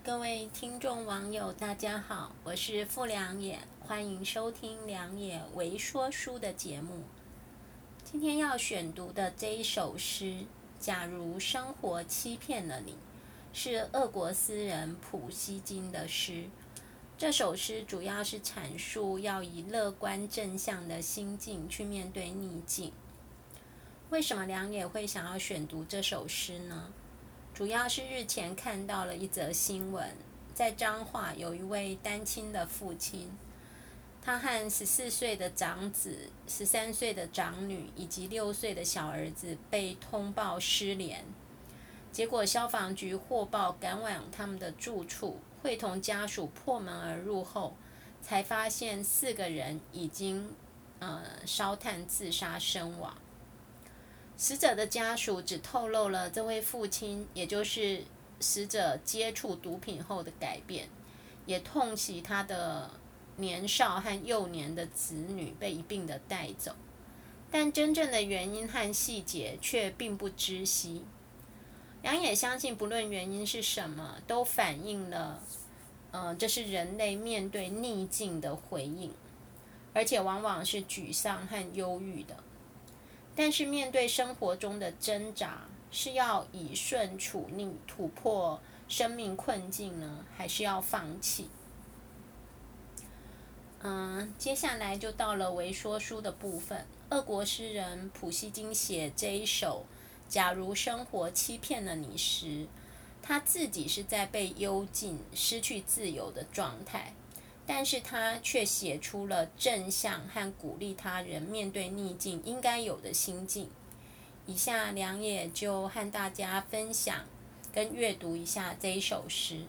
各位听众网友，大家好，我是傅良也，欢迎收听良也微说书的节目。今天要选读的这一首诗《假如生活欺骗了你》，是俄国诗人普希金的诗。这首诗主要是阐述要以乐观正向的心境去面对逆境。为什么良也会想要选读这首诗呢？主要是日前看到了一则新闻，在彰化有一位单亲的父亲，他和14岁的长子、13岁的长女以及6岁的小儿子被通报失联。结果消防局获报赶往他们的住处，会同家属破门而入后，才发现4个人已经烧炭自杀身亡。死者的家属只透露了这位父亲，也就是死者接触毒品后的改变，也痛惜他的年少和幼年的子女被一并的带走，但真正的原因和细节却并不知悉。良也相信，不论原因是什么，都反映了，这是人类面对逆境的回应，而且往往是沮丧和忧郁的。但是面对生活中的挣扎，是要以顺处逆突破生命困境呢，还是要放弃？接下来就到了微说书的部分。俄国诗人普希金写这一首《假如生活欺骗了你》时，他自己是在被幽禁、失去自由的状态，但是他却写出了正向和鼓励他人面对逆境应该有的心境。以下良也就和大家分享跟阅读一下这一首诗。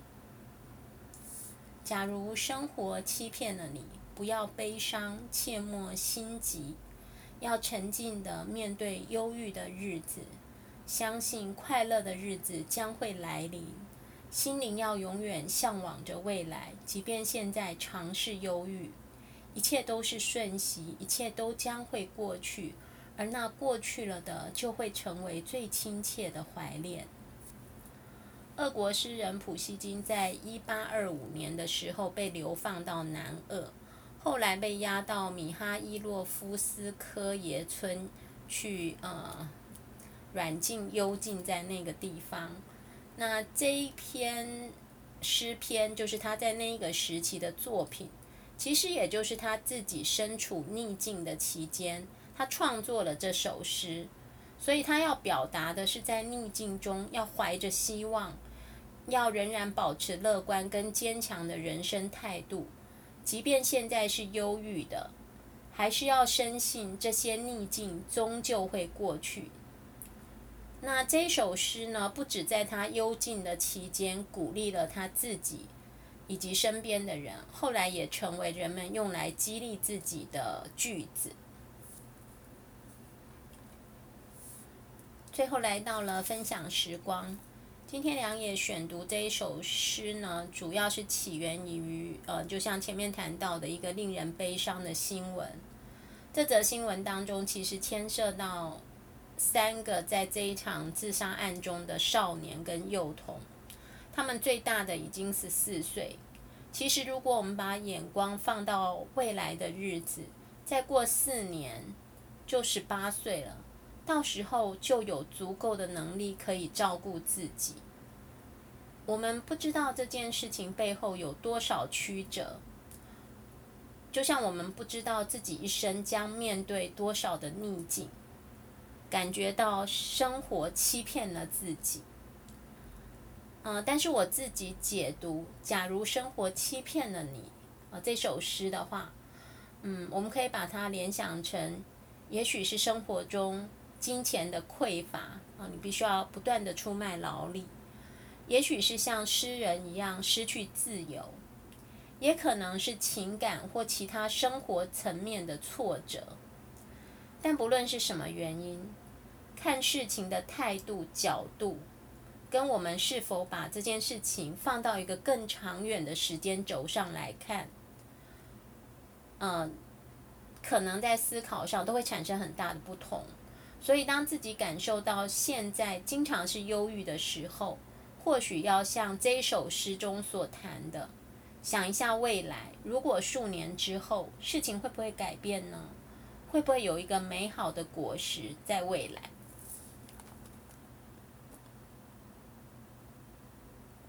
假如生活欺骗了你，不要悲伤，切莫心急，要沉静地面对忧郁的日子，相信快乐的日子将会来临。心灵要永远向往着未来，即便现在尝试忧郁，一切都是瞬息，一切都将会过去，而那过去了的就会成为最亲切的怀恋。俄国诗人普希金在1825年的时候被流放到南俄，后来被押到米哈伊洛夫斯科耶村去软禁幽禁在那个地方。那这一篇诗篇就是他在那个时期的作品，其实也就是他自己身处逆境的期间，他创作了这首诗。所以他要表达的是在逆境中要怀着希望，要仍然保持乐观跟坚强的人生态度，即便现在是忧郁的，还是要深信这些逆境终究会过去。那这首诗呢，不止在他幽禁的期间鼓励了他自己以及身边的人，后来也成为人们用来激励自己的句子。最后来到了分享时光，今天良也选读这一首诗呢，主要是起源于就像前面谈到的一个令人悲伤的新闻。这则新闻当中其实牵涉到3个在这一场自杀案中的少年跟幼童，他们最大的已经14岁。其实如果我们把眼光放到未来的日子，再过4年就18岁了，到时候就有足够的能力可以照顾自己。我们不知道这件事情背后有多少曲折，就像我们不知道自己一生将面对多少的逆境，感觉到生活欺骗了自己。但是我自己解读假如生活欺骗了你这首诗的话，我们可以把它联想成也许是生活中金钱的匮乏你必须要不断的出卖劳力，也许是像诗人一样失去自由，也可能是情感或其他生活层面的挫折。但不论是什么原因，看事情的态度角度，跟我们是否把这件事情放到一个更长远的时间轴上来看，可能在思考上都会产生很大的不同。所以当自己感受到现在经常是忧郁的时候， 或许要像这一首诗中所谈的，想一下未来，如果数年之后，事情会不会改变呢？会不会有一个美好的果实在未来？